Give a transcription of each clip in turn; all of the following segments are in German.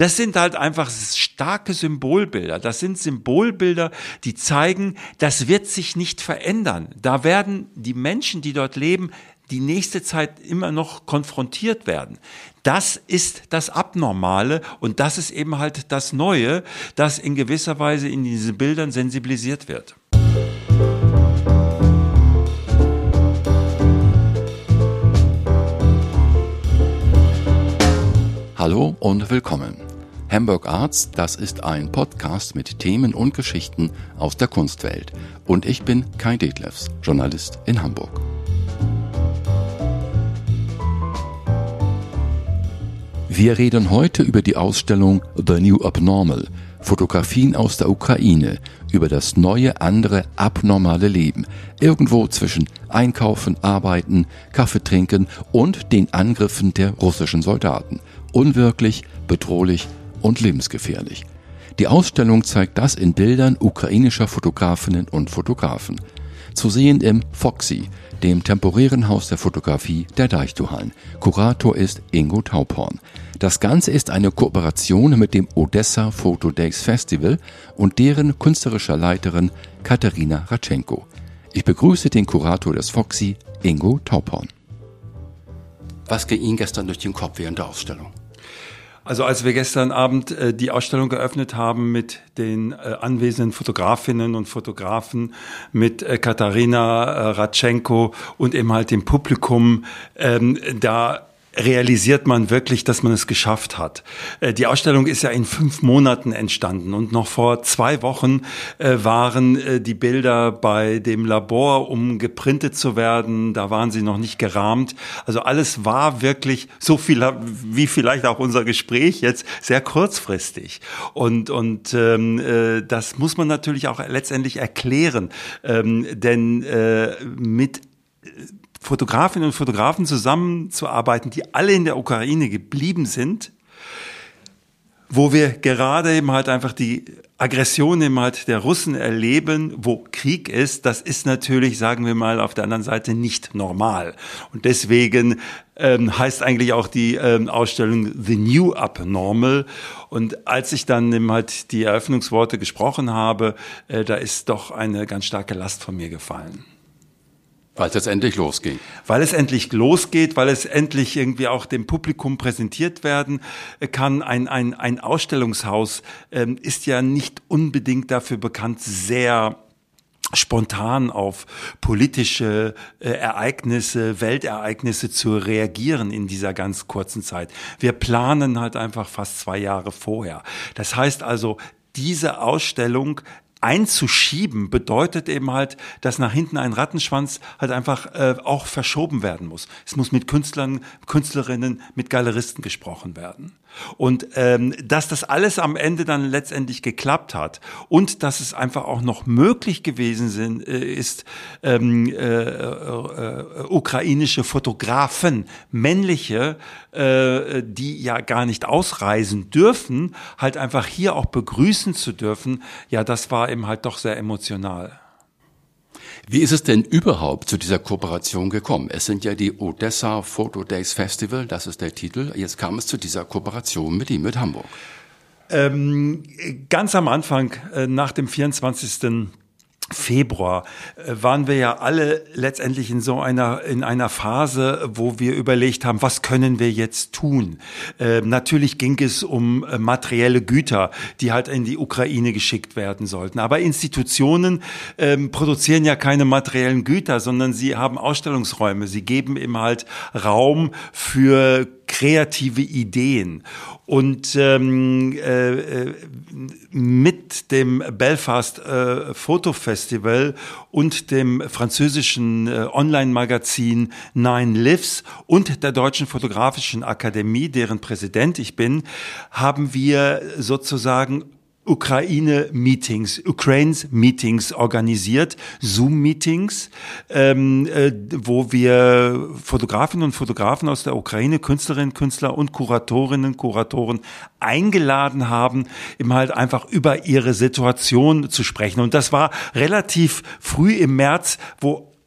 Das sind halt einfach starke Symbolbilder. Das sind Symbolbilder, die zeigen, das wird sich nicht verändern. Da werden die Menschen, die dort leben, die nächste Zeit immer noch konfrontiert werden. Das ist das Abnormale und das ist eben halt das Neue, das in gewisser Weise in diesen Bildern sensibilisiert wird. Hallo und willkommen. Hamburg Arts, das ist ein Podcast mit Themen und Geschichten aus der Kunstwelt. Und ich bin Kai Detlefs, Journalist in Hamburg. Wir reden heute über die Ausstellung The New Abnormal, Fotografien aus der Ukraine, über das neue, andere, abnormale Leben, irgendwo zwischen Einkaufen, Arbeiten, Kaffee trinken und den Angriffen der russischen Soldaten. Unwirklich, bedrohlich und lebensgefährlich. Die Ausstellung zeigt das in Bildern ukrainischer Fotografinnen und Fotografen. Zu sehen im Foxy, dem temporären Haus der Fotografie der Deichtorhallen. Kurator ist Ingo Tauporn. Das Ganze ist eine Kooperation mit dem Odessa Photo Days Festival und deren künstlerischer Leiterin Katerina Ratschenko. Ich begrüße den Kurator des Foxy, Ingo Tauporn. Was ging Ihnen gestern durch den Kopf während der Ausstellung? Also als wir gestern Abend die Ausstellung geöffnet haben mit den anwesenden Fotografinnen und Fotografen, mit Katarina Ratschenko und eben halt dem Publikum, da realisiert man wirklich, dass man es geschafft hat. Die Ausstellung ist ja in 5 Monaten entstanden und noch vor 2 Wochen waren die Bilder bei dem Labor, um geprintet zu werden. Da waren sie noch nicht gerahmt. Also alles war wirklich so viel, wie vielleicht auch unser Gespräch jetzt, sehr kurzfristig. Und das muss man natürlich auch letztendlich erklären, denn mit Fotografinnen und Fotografen zusammenzuarbeiten, die alle in der Ukraine geblieben sind, wo wir gerade eben halt einfach die Aggression eben halt der Russen erleben, wo Krieg ist, das ist natürlich, sagen wir mal, auf der anderen Seite nicht normal. Und deswegen heißt eigentlich auch die Ausstellung The New Abnormal. Und als ich dann eben halt die Eröffnungsworte gesprochen habe, da ist doch eine ganz starke Last von mir gefallen. Weil es jetzt endlich losging. Weil es endlich losgeht, weil es endlich irgendwie auch dem Publikum präsentiert werden kann. Ein Ausstellungshaus ist ja nicht unbedingt dafür bekannt, sehr spontan auf politische Ereignisse, Weltereignisse zu reagieren in dieser ganz kurzen Zeit. Wir planen halt einfach fast 2 Jahre vorher. Das heißt also, diese Ausstellung einzuschieben bedeutet eben halt, dass nach hinten ein Rattenschwanz halt einfach auch verschoben werden muss. Es muss mit Künstlern, Künstlerinnen, mit Galeristen gesprochen werden. Und dass das alles am Ende dann letztendlich geklappt hat und dass es einfach auch noch möglich gewesen ist, ukrainische Fotografen, männliche, die ja gar nicht ausreisen dürfen, halt einfach hier auch begrüßen zu dürfen, ja, das war eben halt doch sehr emotional. Wie ist es denn überhaupt zu dieser Kooperation gekommen? Es sind ja die Odessa Photo Days Festival, das ist der Titel. Jetzt kam es zu dieser Kooperation mit ihm, mit Hamburg. Ganz am Anfang, nach dem 24. Februar waren wir ja alle letztendlich in einer Phase, wo wir überlegt haben, was können wir jetzt tun? Natürlich ging es um materielle Güter, die halt in die Ukraine geschickt werden sollten. Aber Institutionen produzieren ja keine materiellen Güter, sondern sie haben Ausstellungsräume. Sie geben eben halt Raum für kreative Ideen. Und mit dem Belfast Photo Festival und dem französischen Online-Magazin Nine Lives und der Deutschen Fotografischen Akademie, deren Präsident ich bin, haben wir sozusagen Ukraines Meetings organisiert, Zoom-Meetings, wo wir Fotografinnen und Fotografen aus der Ukraine, Künstlerinnen, Künstler und Kuratoren eingeladen haben, eben halt einfach über ihre Situation zu sprechen. Und das war relativ früh im März, wo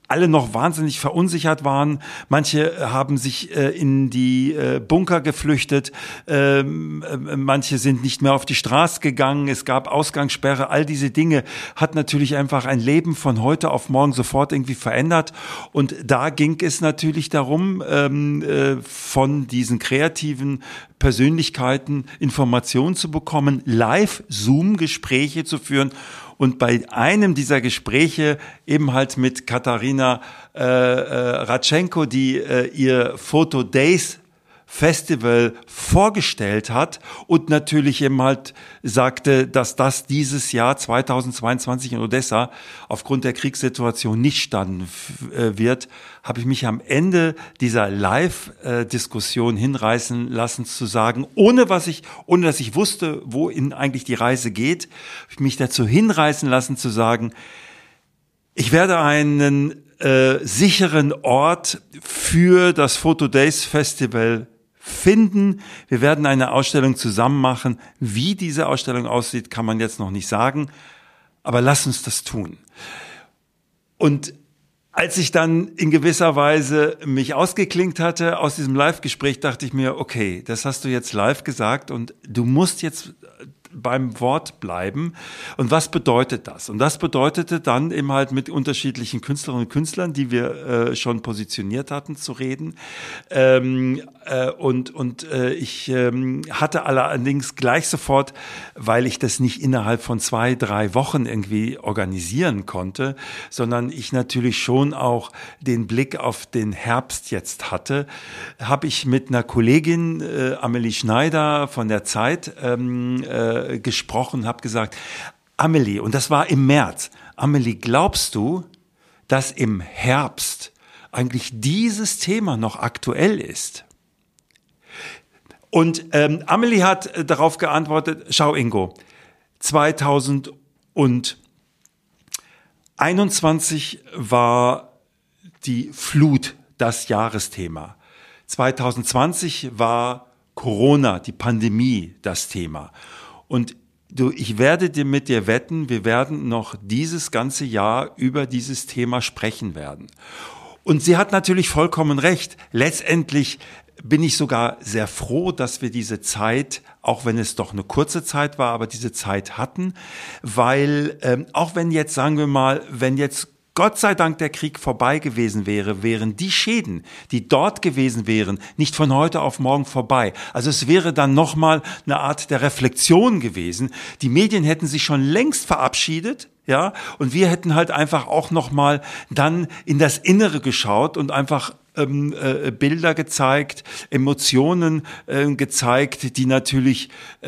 alle noch wahnsinnig verunsichert waren. Manche haben sich in die Bunker geflüchtet. Manche sind nicht mehr auf die Straße gegangen. Es gab Ausgangssperre. All diese Dinge hat natürlich einfach ein Leben von heute auf morgen sofort irgendwie verändert. Und da ging es natürlich darum, von diesen kreativen Persönlichkeiten Informationen zu bekommen, live Zoom-Gespräche zu führen. Und bei einem dieser Gespräche eben halt mit Katharina Radchenko, die ihr Photo Days Festival vorgestellt hat und natürlich eben halt sagte, dass das dieses Jahr 2022 in Odessa aufgrund der Kriegssituation nicht stattfinden wird, habe ich mich am Ende dieser Live-Diskussion hinreißen lassen zu sagen, ohne dass ich wusste, wohin eigentlich die Reise geht, habe ich mich dazu hinreißen lassen zu sagen, ich werde einen sicheren Ort für das Photo Days Festival finden. Wir werden eine Ausstellung zusammen machen. Wie diese Ausstellung aussieht, kann man jetzt noch nicht sagen. Aber lass uns das tun. Und als ich dann in gewisser Weise mich ausgeklinkt hatte aus diesem Live-Gespräch, dachte ich mir, okay, das hast du jetzt live gesagt und du musst jetzt beim Wort bleiben. Und was bedeutet das? Und das bedeutete dann eben halt mit unterschiedlichen Künstlerinnen und Künstlern, die wir schon positioniert hatten, zu reden. Ich hatte allerdings gleich sofort, weil ich das nicht innerhalb von 2-3 Wochen irgendwie organisieren konnte, sondern ich natürlich schon auch den Blick auf den Herbst jetzt hatte, habe ich mit einer Kollegin, Amelie Schneider von der Zeit, gesprochen, habe gesagt, Amelie, und das war im März, Amelie, glaubst du, dass im Herbst eigentlich dieses Thema noch aktuell ist? Und Amelie hat darauf geantwortet, schau Ingo, 2021 war die Flut das Jahresthema. 2020 war Corona, die Pandemie, das Thema. Und ich werde mit dir wetten, wir werden noch dieses ganze Jahr über dieses Thema sprechen werden. Und sie hat natürlich vollkommen recht. Letztendlich bin ich sogar sehr froh, dass wir diese Zeit, auch wenn es doch eine kurze Zeit war, aber diese Zeit hatten, weil auch wenn jetzt, sagen wir mal, wenn jetzt Gott sei Dank der Krieg vorbei gewesen wäre, wären die Schäden, die dort gewesen wären, nicht von heute auf morgen vorbei. Also es wäre dann nochmal eine Art der Reflexion gewesen. Die Medien hätten sich schon längst verabschiedet, ja, und wir hätten halt einfach auch nochmal dann in das Innere geschaut und einfach Bilder gezeigt, Emotionen gezeigt, die natürlich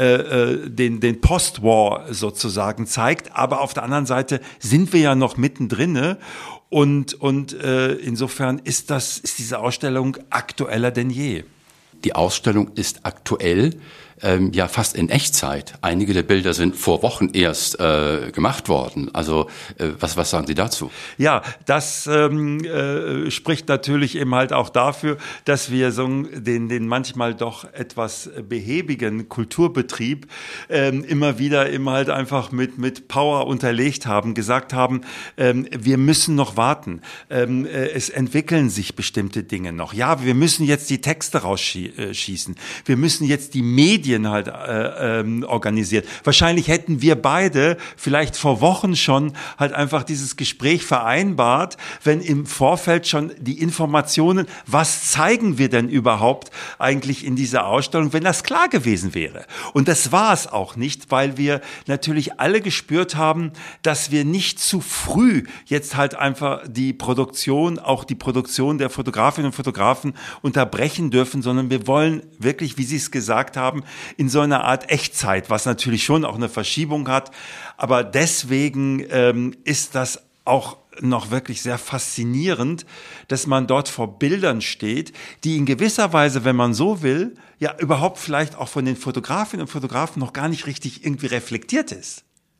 den Post-War sozusagen zeigt. Aber auf der anderen Seite sind wir ja noch mittendrin. Und insofern ist diese Ausstellung aktueller denn je. Die Ausstellung ist aktuell, ja fast in Echtzeit. Einige der Bilder sind vor Wochen erst gemacht worden. Also was sagen Sie dazu? Ja, das spricht natürlich eben halt auch dafür, dass wir so den manchmal doch etwas behäbigen Kulturbetrieb immer wieder eben halt einfach mit Power unterlegt haben, gesagt haben, wir müssen noch warten. Es entwickeln sich bestimmte Dinge noch. Ja, wir müssen jetzt die Texte rausschießen. Wir müssen jetzt die Medien halt organisiert. Wahrscheinlich hätten wir beide vielleicht vor Wochen schon halt einfach dieses Gespräch vereinbart, wenn im Vorfeld schon die Informationen, was zeigen wir denn überhaupt eigentlich in dieser Ausstellung, wenn das klar gewesen wäre. Und das war es auch nicht, weil wir natürlich alle gespürt haben, dass wir nicht zu früh jetzt halt einfach die Produktion, auch die Produktion der Fotografinnen und Fotografen unterbrechen dürfen, sondern wir wollen wirklich, wie Sie es gesagt haben, in so einer Art Echtzeit, was natürlich schon auch eine Verschiebung hat. Aber deswegen ist das auch noch wirklich sehr faszinierend, dass man dort vor Bildern steht, die in gewisser Weise, wenn man so will, ja überhaupt vielleicht auch von den Fotografinnen und Fotografen noch gar nicht richtig irgendwie reflektiert ist.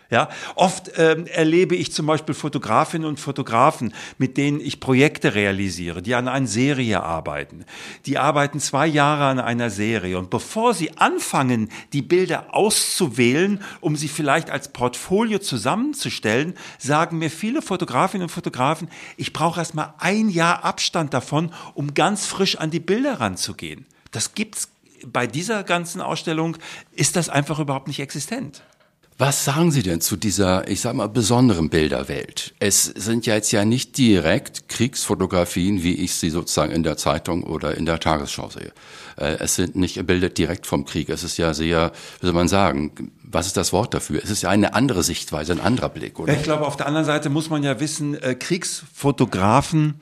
Ja, oft erlebe ich zum Beispiel Fotografinnen und Fotografen, mit denen ich Projekte realisiere, die an einer Serie arbeiten. Die arbeiten 2 Jahre an einer Serie und bevor sie anfangen, die Bilder auszuwählen, um sie vielleicht als Portfolio zusammenzustellen, sagen mir viele Fotografinnen und Fotografen, ich brauche erst mal 1 Jahr Abstand davon, um ganz frisch an die Bilder ranzugehen. Das gibt's bei dieser ganzen Ausstellung, ist das einfach überhaupt nicht existent. Was sagen Sie denn zu dieser, ich sag mal, besonderen Bilderwelt? Es sind ja jetzt nicht direkt Kriegsfotografien, wie ich sie sozusagen in der Zeitung oder in der Tagesschau sehe. Es sind nicht Bilder direkt vom Krieg. Es ist ja sehr, wie soll man sagen, was ist das Wort dafür? Es ist ja eine andere Sichtweise, ein anderer Blick, oder? Ich glaube, auf der anderen Seite muss man ja wissen, Kriegsfotografen,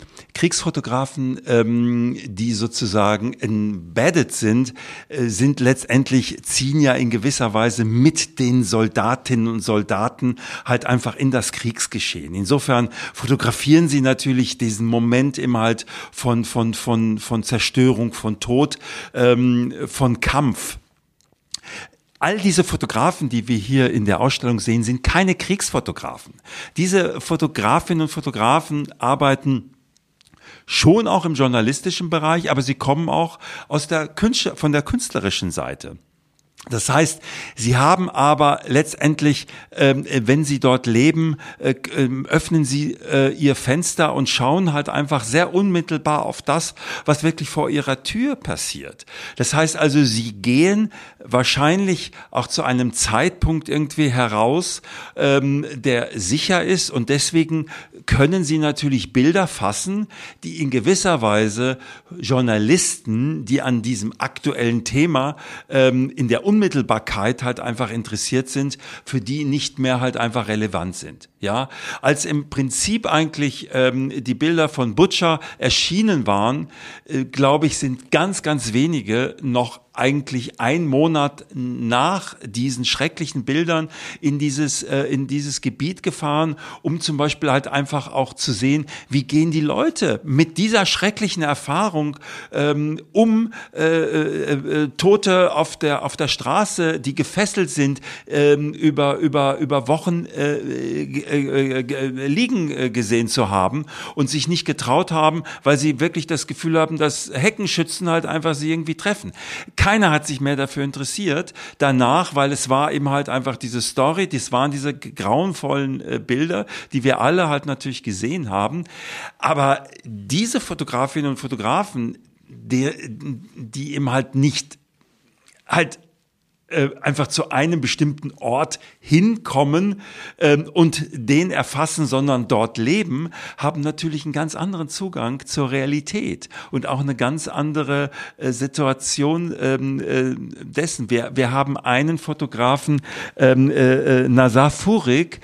die sozusagen embedded sind letztendlich, ziehen ja in gewisser Weise mit den Soldatinnen und Soldaten halt einfach in das Kriegsgeschehen. Insofern fotografieren sie natürlich diesen Moment immer halt von Zerstörung, von Tod, von Kampf. All diese Fotografen, die wir hier in der Ausstellung sehen, sind keine Kriegsfotografen. Diese Fotografinnen und Fotografen arbeiten schon auch im journalistischen Bereich, aber sie kommen auch von der künstlerischen Seite. Das heißt, sie haben aber letztendlich, wenn sie dort leben, öffnen sie ihr Fenster und schauen halt einfach sehr unmittelbar auf das, was wirklich vor ihrer Tür passiert. Das heißt also, sie gehen wahrscheinlich auch zu einem Zeitpunkt irgendwie heraus, der sicher ist, und deswegen können sie natürlich Bilder fassen, die in gewisser Weise Journalisten, die an diesem aktuellen Thema in der Unmittelbarkeit halt einfach interessiert sind, für die nicht mehr halt einfach relevant sind. Ja, als im Prinzip eigentlich die Bilder von Butscha erschienen waren, glaube ich, sind ganz, ganz wenige noch eigentlich 1 Monat nach diesen schrecklichen Bildern in dieses Gebiet gefahren, um zum Beispiel halt einfach auch zu sehen, wie gehen die Leute mit dieser schrecklichen Erfahrung Tote auf der Straße, die gefesselt sind, über Wochen liegen gesehen zu haben und sich nicht getraut haben, weil sie wirklich das Gefühl haben, dass Heckenschützen halt einfach sie irgendwie treffen. Keiner hat sich mehr dafür interessiert danach, weil es war eben halt einfach diese Story, das waren diese grauenvollen Bilder, die wir alle halt natürlich gesehen haben. Aber diese Fotografinnen und Fotografen, die eben halt nicht halt einfach zu einem bestimmten Ort hinkommen und den erfassen, sondern dort leben, haben natürlich einen ganz anderen Zugang zur Realität und auch eine ganz andere Situation dessen. Wir haben einen Fotografen, Nazar Furik,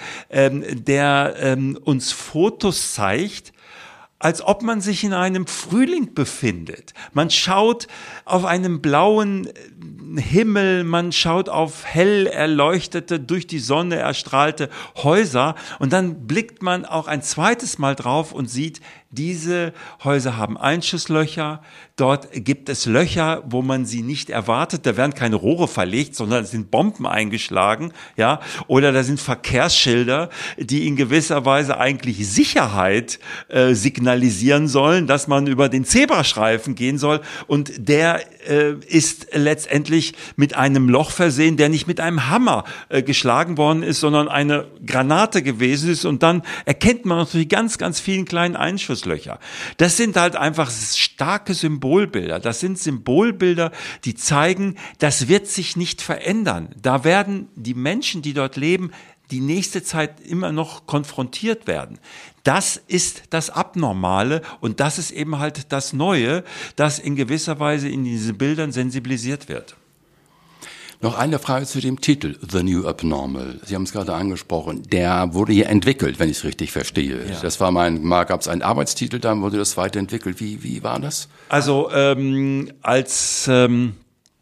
der uns Fotos zeigt, als ob man sich in einem Frühling befindet. Man schaut auf einen blauen Himmel, man schaut auf hell erleuchtete, durch die Sonne erstrahlte Häuser, und dann blickt man auch ein zweites Mal drauf und sieht, diese Häuser haben Einschusslöcher, dort gibt es Löcher, wo man sie nicht erwartet, da werden keine Rohre verlegt, sondern es sind Bomben eingeschlagen, ja, oder da sind Verkehrsschilder, die in gewisser Weise eigentlich Sicherheit signalisieren sollen, dass man über den Zebrastreifen gehen soll, und der ist letztendlich mit einem Loch versehen, der nicht mit einem Hammer geschlagen worden ist, sondern eine Granate gewesen ist, und dann erkennt man natürlich ganz, ganz vielen kleinen Einschusslöcher. Das sind halt einfach starke Symbolbilder. Das sind Symbolbilder, die zeigen, das wird sich nicht verändern. Da werden die Menschen, die dort leben, die nächste Zeit immer noch konfrontiert werden. Das ist das Abnormale, und das ist eben halt das Neue, das in gewisser Weise in diesen Bildern sensibilisiert wird. Noch eine Frage zu dem Titel, The New Abnormal. Sie haben es gerade angesprochen. Der wurde hier entwickelt, wenn ich es richtig verstehe. Ja. Das war mal gab es einen Arbeitstitel, dann wurde das weiterentwickelt. Wie war das? Also als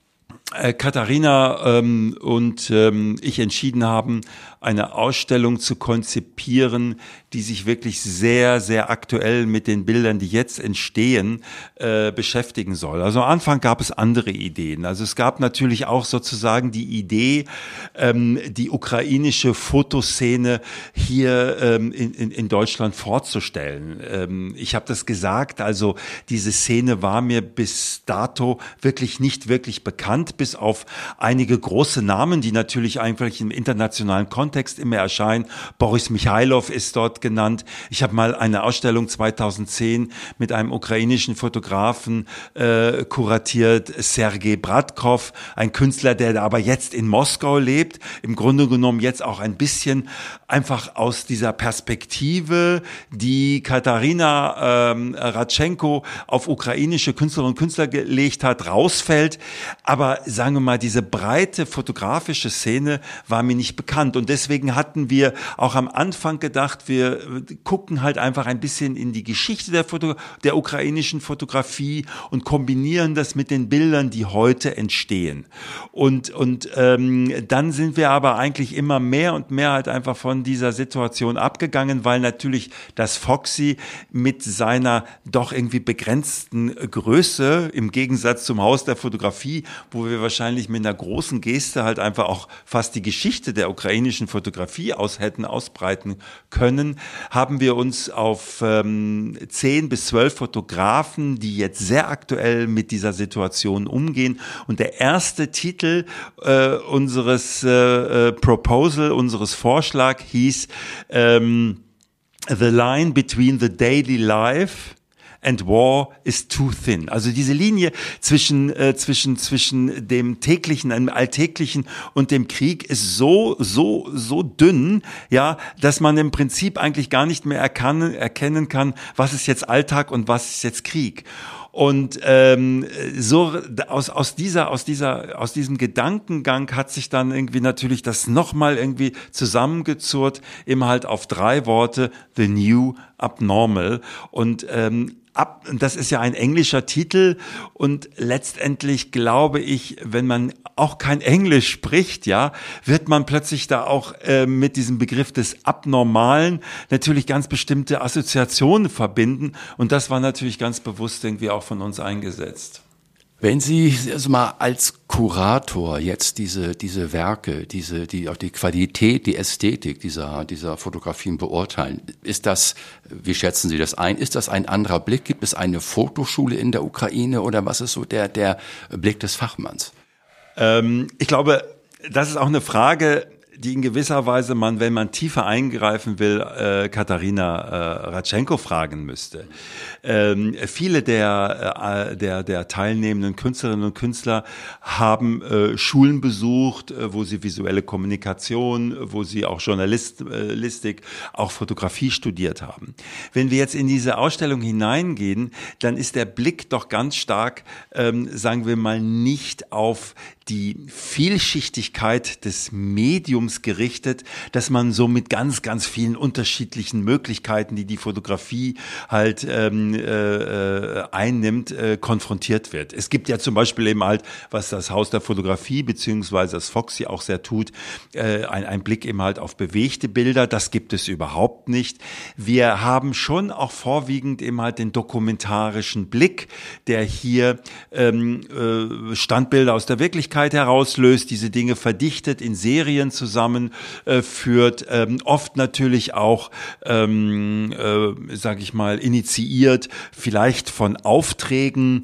Katharina und ich entschieden haben, eine Ausstellung zu konzipieren, die sich wirklich sehr, sehr aktuell mit den Bildern, die jetzt entstehen, beschäftigen soll. Also am Anfang gab es andere Ideen. Also es gab natürlich auch sozusagen die Idee, die ukrainische Fotoszene hier in Deutschland vorzustellen. Ich habe das gesagt, also diese Szene war mir bis dato wirklich nicht wirklich bekannt, bis auf einige große Namen, die natürlich eigentlich im internationalen Kontext immer erscheinen. Boris Michailov ist dort genannt. Ich habe mal eine Ausstellung 2010 mit einem ukrainischen Fotografen kuratiert, Sergei Bratkov, ein Künstler, der aber jetzt in Moskau lebt, im Grunde genommen jetzt auch ein bisschen einfach aus dieser Perspektive, die Katharina Radchenko auf ukrainische Künstlerinnen und Künstler gelegt hat, rausfällt. Aber sagen wir mal, diese breite fotografische Szene war mir nicht bekannt. Und deswegen hatten wir auch am Anfang gedacht, wir gucken halt einfach ein bisschen in die Geschichte der ukrainischen Fotografie und kombinieren das mit den Bildern, die heute entstehen. Und dann sind wir aber eigentlich immer mehr und mehr halt einfach von dieser Situation abgegangen, weil natürlich das Foxy mit seiner doch irgendwie begrenzten Größe im Gegensatz zum Haus der Fotografie, wo wir wahrscheinlich mit einer großen Geste halt einfach auch fast die Geschichte der ukrainischen Fotografie hätten ausbreiten können, haben wir uns auf 10 bis 12 Fotografen, die jetzt sehr aktuell mit dieser Situation umgehen. Und der erste Titel unseres Proposal, unseres Vorschlags hieß The Line Between the Daily Life and War is Too Thin. Also diese Linie zwischen dem täglichen, einem alltäglichen und dem Krieg ist so dünn, ja, dass man im Prinzip eigentlich gar nicht mehr erkennen kann, was ist jetzt Alltag und was ist jetzt Krieg. Und so aus diesem Gedankengang hat sich dann irgendwie natürlich das nochmal irgendwie zusammengezurrt, eben halt auf 3 Worte: The New Abnormal. Und das ist ja ein englischer Titel und letztendlich glaube ich, wenn man auch kein Englisch spricht, ja, wird man plötzlich da auch mit diesem Begriff des Abnormalen natürlich ganz bestimmte Assoziationen verbinden und das war natürlich ganz bewusst irgendwie auch von uns eingesetzt. Wenn Sie also mal als Kurator jetzt diese Werke, die auch die Qualität, die Ästhetik dieser Fotografien beurteilen, ist das, wie schätzen Sie das ein? Ist das ein anderer Blick? Gibt es eine Fotoschule in der Ukraine oder was ist so der Blick des Fachmanns? Ich glaube, das ist auch eine Frage, die in gewisser Weise wenn man tiefer eingreifen will, Katharina Radchenko fragen müsste. Viele der teilnehmenden Künstlerinnen und Künstler haben Schulen besucht, wo sie visuelle Kommunikation, wo sie auch Journalistik, auch Fotografie studiert haben. Wenn wir jetzt in diese Ausstellung hineingehen, dann ist der Blick doch ganz stark, sagen wir mal, nicht auf die Vielschichtigkeit des Mediums gerichtet, dass man so mit ganz, ganz vielen unterschiedlichen Möglichkeiten, die Fotografie halt einnimmt, konfrontiert wird. Es gibt ja zum Beispiel eben halt, was das Haus der Fotografie beziehungsweise das Foxy auch sehr tut, ein Blick eben halt auf bewegte Bilder. Das gibt es überhaupt nicht. Wir haben schon auch vorwiegend eben halt den dokumentarischen Blick, der hier Standbilder aus der Wirklichkeit herauslöst, diese Dinge verdichtet, in Serien zusammenführt, oft natürlich auch, sage ich mal, initiiert, vielleicht von Aufträgen,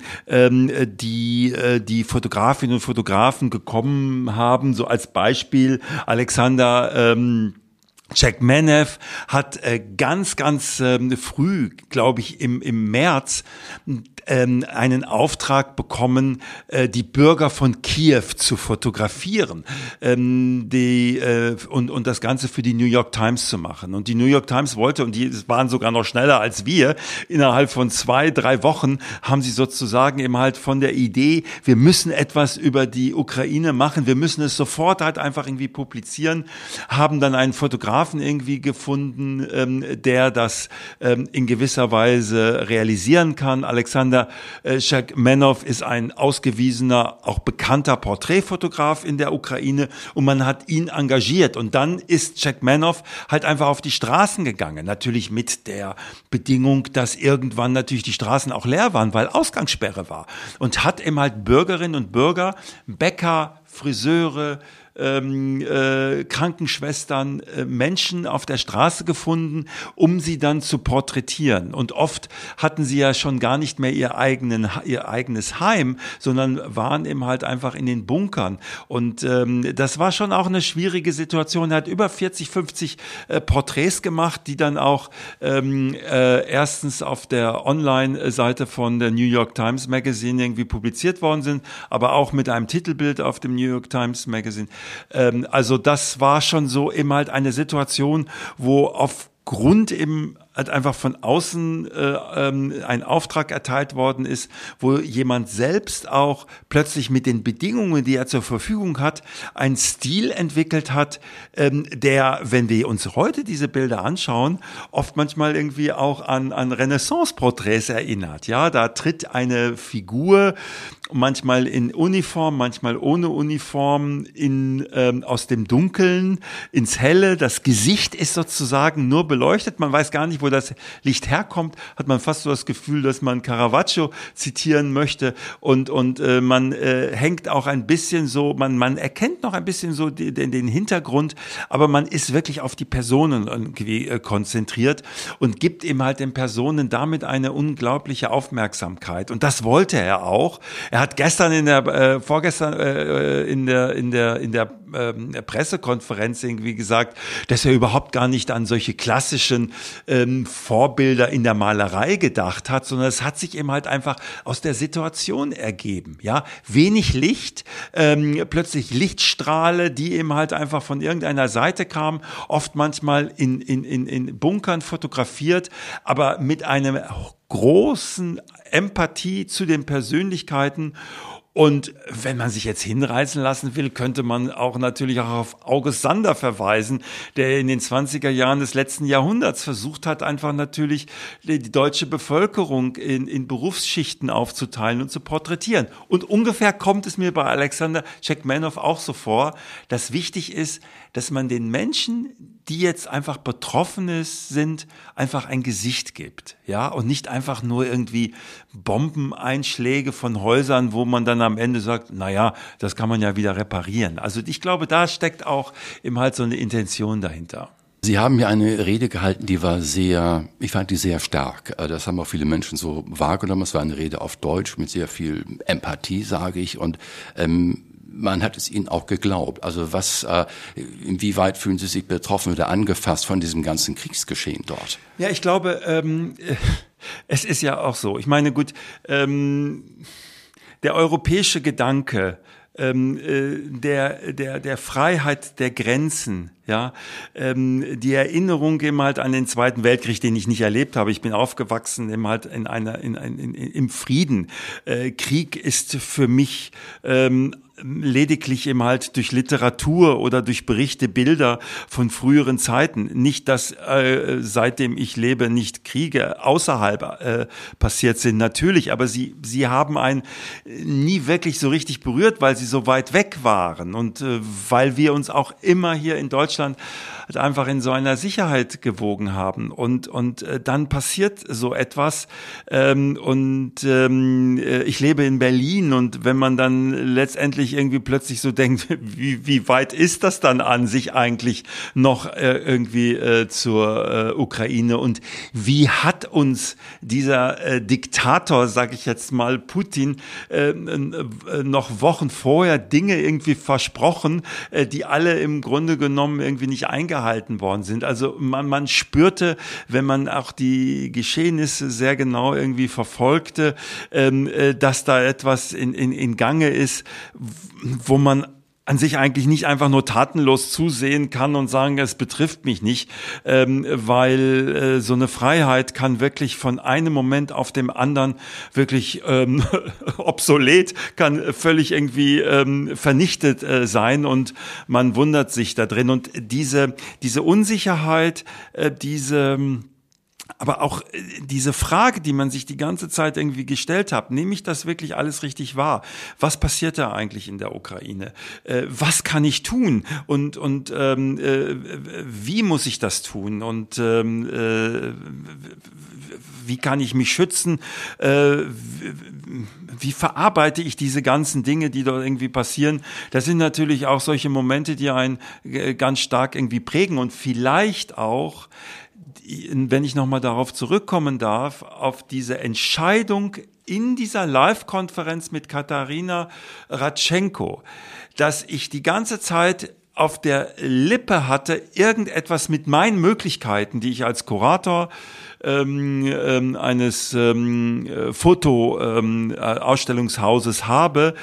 die Fotografinnen und Fotografen bekommen haben. So als Beispiel Alexander Jack Menev hat ganz früh, glaube ich, im März einen Auftrag bekommen, die Bürger von Kiew zu fotografieren, und das Ganze für die New York Times zu machen. Und die New York Times wollte, und die waren sogar noch schneller als wir, innerhalb von 2-3 Wochen haben sie sozusagen eben halt von der Idee, wir müssen etwas über die Ukraine machen, wir müssen es sofort halt einfach irgendwie publizieren, haben dann einen Fotografen irgendwie gefunden, der das in gewisser Weise realisieren kann. Alexander Alexander Shekmenov ist ein ausgewiesener, auch bekannter Porträtfotograf in der Ukraine und man hat ihn engagiert. Und dann ist Shekmenov halt einfach auf die Straßen gegangen. Natürlich mit der Bedingung, dass irgendwann natürlich die Straßen auch leer waren, weil Ausgangssperre war. Und hat eben halt Bürgerinnen und Bürger, Bäcker, Friseure, Krankenschwestern, Menschen auf der Straße gefunden, um sie dann zu porträtieren. Und oft hatten sie ja schon gar nicht mehr ihr eigenes Heim, sondern waren eben halt einfach in den Bunkern. Und das war schon auch eine schwierige Situation. Er hat über 40, 50 Porträts gemacht, die dann auch erstens auf der Online-Seite von der New York Times Magazine irgendwie publiziert worden sind, aber auch mit einem Titelbild auf dem New York Times Magazine. Also das war schon so eben halt eine Situation, wo aufgrund eben halt einfach von außen ein Auftrag erteilt worden ist, wo jemand selbst auch plötzlich mit den Bedingungen, die er zur Verfügung hat, einen Stil entwickelt hat, der, wenn wir uns heute diese Bilder anschauen, oft manchmal irgendwie auch an Renaissance-Porträts erinnert. Ja, da tritt eine Figur manchmal in Uniform, manchmal ohne Uniform, aus dem Dunkeln ins Helle. Das Gesicht ist sozusagen nur beleuchtet. Man weiß gar nicht, wo das Licht herkommt. Hat man fast so das Gefühl, dass man Caravaggio zitieren möchte. Und man hängt auch ein bisschen so, man erkennt noch ein bisschen so den Hintergrund, aber man ist wirklich auf die Personen irgendwie konzentriert und gibt eben halt den Personen damit eine unglaubliche Aufmerksamkeit. Und das wollte er auch. Er hat vorgestern in der Pressekonferenz irgendwie gesagt, dass er überhaupt gar nicht an solche klassischen Vorbilder in der Malerei gedacht hat, sondern es hat sich eben halt einfach aus der Situation ergeben. Ja, wenig Licht, plötzlich Lichtstrahle, die eben halt einfach von irgendeiner Seite kamen, oft manchmal in Bunkern fotografiert, aber mit einem großen Empathie zu den Persönlichkeiten. Und wenn man sich jetzt hinreißen lassen will, könnte man auch natürlich auch auf August Sander verweisen, der in den 20er Jahren des letzten Jahrhunderts versucht hat, einfach natürlich die deutsche Bevölkerung in Berufsschichten aufzuteilen und zu porträtieren. Und ungefähr kommt es mir bei Alexander Shekmenov auch so vor, dass wichtig ist, dass man den Menschen, die jetzt einfach Betroffene sind, einfach ein Gesicht gibt, ja, und nicht einfach nur irgendwie Bombeneinschläge von Häusern, wo man dann am Ende sagt, naja, das kann man ja wieder reparieren. Also ich glaube, da steckt auch eben halt so eine Intention dahinter. Sie haben ja eine Rede gehalten, die war ich fand die sehr stark. Das haben auch viele Menschen so wahrgenommen. Es war eine Rede auf Deutsch mit sehr viel Empathie, sage ich, und man hat es Ihnen auch geglaubt. Also inwieweit fühlen Sie sich betroffen oder angefasst von diesem ganzen Kriegsgeschehen dort? Ja, ich glaube, es ist ja auch so. Ich meine, gut, der europäische Gedanke, der Freiheit der Grenzen, ja, die Erinnerung eben halt an den Zweiten Weltkrieg, den ich nicht erlebt habe. Ich bin aufgewachsen eben halt im Frieden. Krieg ist für mich lediglich eben halt durch Literatur oder durch Berichte, Bilder von früheren Zeiten. Nicht, dass seitdem ich lebe nicht Kriege außerhalb passiert sind, natürlich, aber sie haben einen nie wirklich so richtig berührt, weil sie so weit weg waren und weil wir uns auch immer hier in Deutschland einfach in so einer Sicherheit gewogen haben und dann passiert so etwas ich lebe in Berlin und wenn man dann letztendlich irgendwie plötzlich so denkt, wie weit ist das dann an sich eigentlich noch irgendwie zur Ukraine und wie hat uns dieser Diktator, sag ich jetzt mal, Putin, noch Wochen vorher Dinge irgendwie versprochen, die alle im Grunde genommen irgendwie nicht eingehalten worden sind. Also man spürte, wenn man auch die Geschehnisse sehr genau irgendwie verfolgte, dass da etwas in Gange ist, wo man an sich eigentlich nicht einfach nur tatenlos zusehen kann und sagen, es betrifft mich nicht, weil so eine Freiheit kann wirklich von einem Moment auf dem anderen wirklich obsolet, kann völlig irgendwie vernichtet sein und man wundert sich da drin. Und diese Unsicherheit, Aber auch diese Frage, die man sich die ganze Zeit irgendwie gestellt hat, nehme ich das wirklich alles richtig wahr? Was passiert da eigentlich in der Ukraine? Was kann ich tun? Und wie muss ich das tun? Und wie kann ich mich schützen? Wie verarbeite ich diese ganzen Dinge, die dort irgendwie passieren? Das sind natürlich auch solche Momente, die einen ganz stark irgendwie prägen und vielleicht auch, wenn ich nochmal darauf zurückkommen darf, auf diese Entscheidung in dieser Live-Konferenz mit Katarina Radchenko, dass ich die ganze Zeit auf der Lippe hatte, irgendetwas mit meinen Möglichkeiten, die ich als Kurator eines Fotoausstellungshauses habe,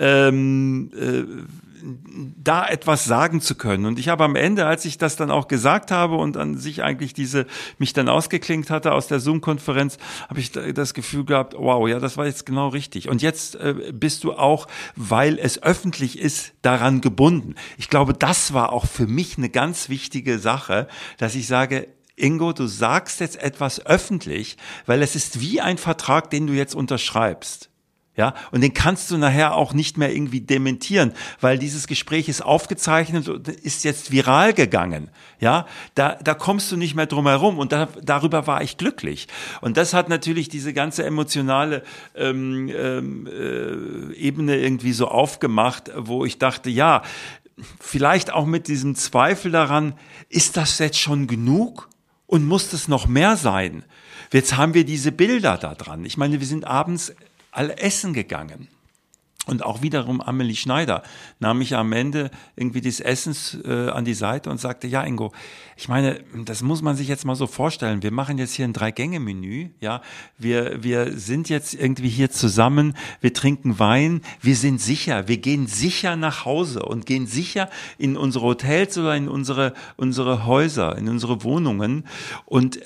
da etwas sagen zu können. Und ich habe am Ende, als ich das dann auch gesagt habe und an sich eigentlich mich dann ausgeklinkt hatte aus der Zoom-Konferenz, habe ich das Gefühl gehabt, wow, ja, das war jetzt genau richtig. Und jetzt bist du auch, weil es öffentlich ist, daran gebunden. Ich glaube, das war auch für mich eine ganz wichtige Sache, dass ich sage, Ingo, du sagst jetzt etwas öffentlich, weil es ist wie ein Vertrag, den du jetzt unterschreibst. Ja, und den kannst du nachher auch nicht mehr irgendwie dementieren, weil dieses Gespräch ist aufgezeichnet und ist jetzt viral gegangen. Ja, da kommst du nicht mehr drum herum und darüber war ich glücklich. Und das hat natürlich diese ganze emotionale Ebene irgendwie so aufgemacht, wo ich dachte, ja, vielleicht auch mit diesem Zweifel daran, ist das jetzt schon genug und muss das noch mehr sein? Jetzt haben wir diese Bilder da dran. Ich meine, wir sind abends alle essen gegangen. Und auch wiederum Amelie Schneider nahm mich am Ende irgendwie des Essens an die Seite und sagte, ja Ingo, ich meine, das muss man sich jetzt mal so vorstellen. Wir machen jetzt hier ein 3-Gänge-Menü, ja. Wir sind jetzt irgendwie hier zusammen, wir trinken Wein, wir sind sicher, wir gehen sicher nach Hause und gehen sicher in unsere Hotels oder in unsere Häuser, in unsere Wohnungen und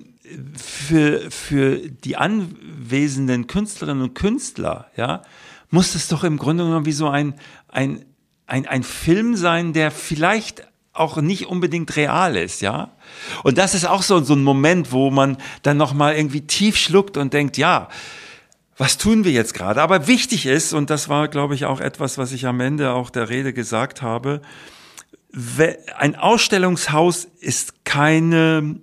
für die anwesenden Künstlerinnen und Künstler, ja, muss es doch im Grunde genommen wie so ein Film sein, der vielleicht auch nicht unbedingt real ist, ja. Und das ist auch so ein Moment, wo man dann nochmal irgendwie tief schluckt und denkt, ja, was tun wir jetzt gerade? Aber wichtig ist, und das war, glaube ich, auch etwas, was ich am Ende auch der Rede gesagt habe, ein Ausstellungshaus ist keine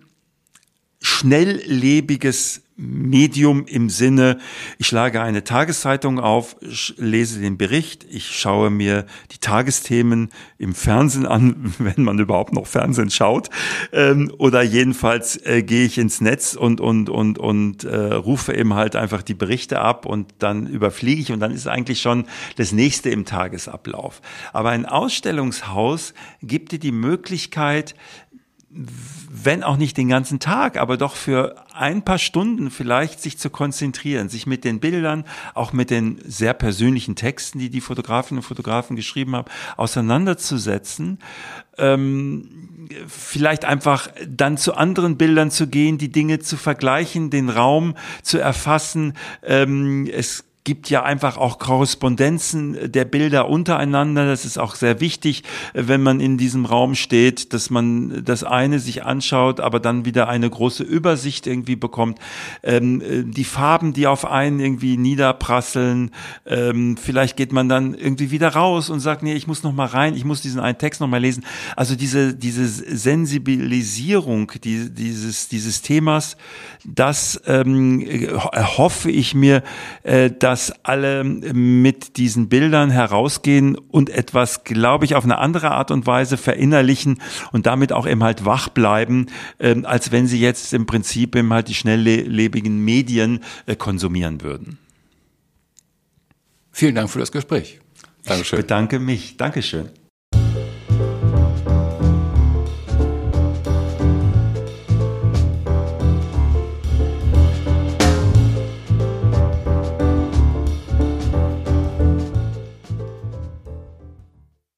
schnelllebiges Medium im Sinne, ich schlage eine Tageszeitung auf, lese den Bericht, ich schaue mir die Tagesthemen im Fernsehen an, wenn man überhaupt noch Fernsehen schaut, oder jedenfalls gehe ich ins Netz und rufe eben halt einfach die Berichte ab und dann überfliege ich und dann ist eigentlich schon das nächste im Tagesablauf. Aber ein Ausstellungshaus gibt dir die Möglichkeit, wenn auch nicht den ganzen Tag, aber doch für ein paar Stunden vielleicht sich zu konzentrieren, sich mit den Bildern, auch mit den sehr persönlichen Texten, die Fotografinnen und Fotografen geschrieben haben, auseinanderzusetzen, vielleicht einfach dann zu anderen Bildern zu gehen, die Dinge zu vergleichen, den Raum zu erfassen. Es gibt ja einfach auch Korrespondenzen der Bilder untereinander. Das ist auch sehr wichtig, wenn man in diesem Raum steht, dass man das eine sich anschaut, aber dann wieder eine große Übersicht irgendwie bekommt. Die Farben, die auf einen irgendwie niederprasseln. Vielleicht geht man dann irgendwie wieder raus und sagt, nee, ich muss noch mal rein, ich muss diesen einen Text noch mal lesen. Also diese Sensibilisierung dieses Themas, das erhoffe ich mir, dass alle mit diesen Bildern herausgehen und etwas, glaube ich, auf eine andere Art und Weise verinnerlichen und damit auch eben halt wach bleiben, als wenn sie jetzt im Prinzip eben halt die schnelllebigen Medien konsumieren würden. Vielen Dank für das Gespräch. Dankeschön. Ich bedanke mich. Dankeschön.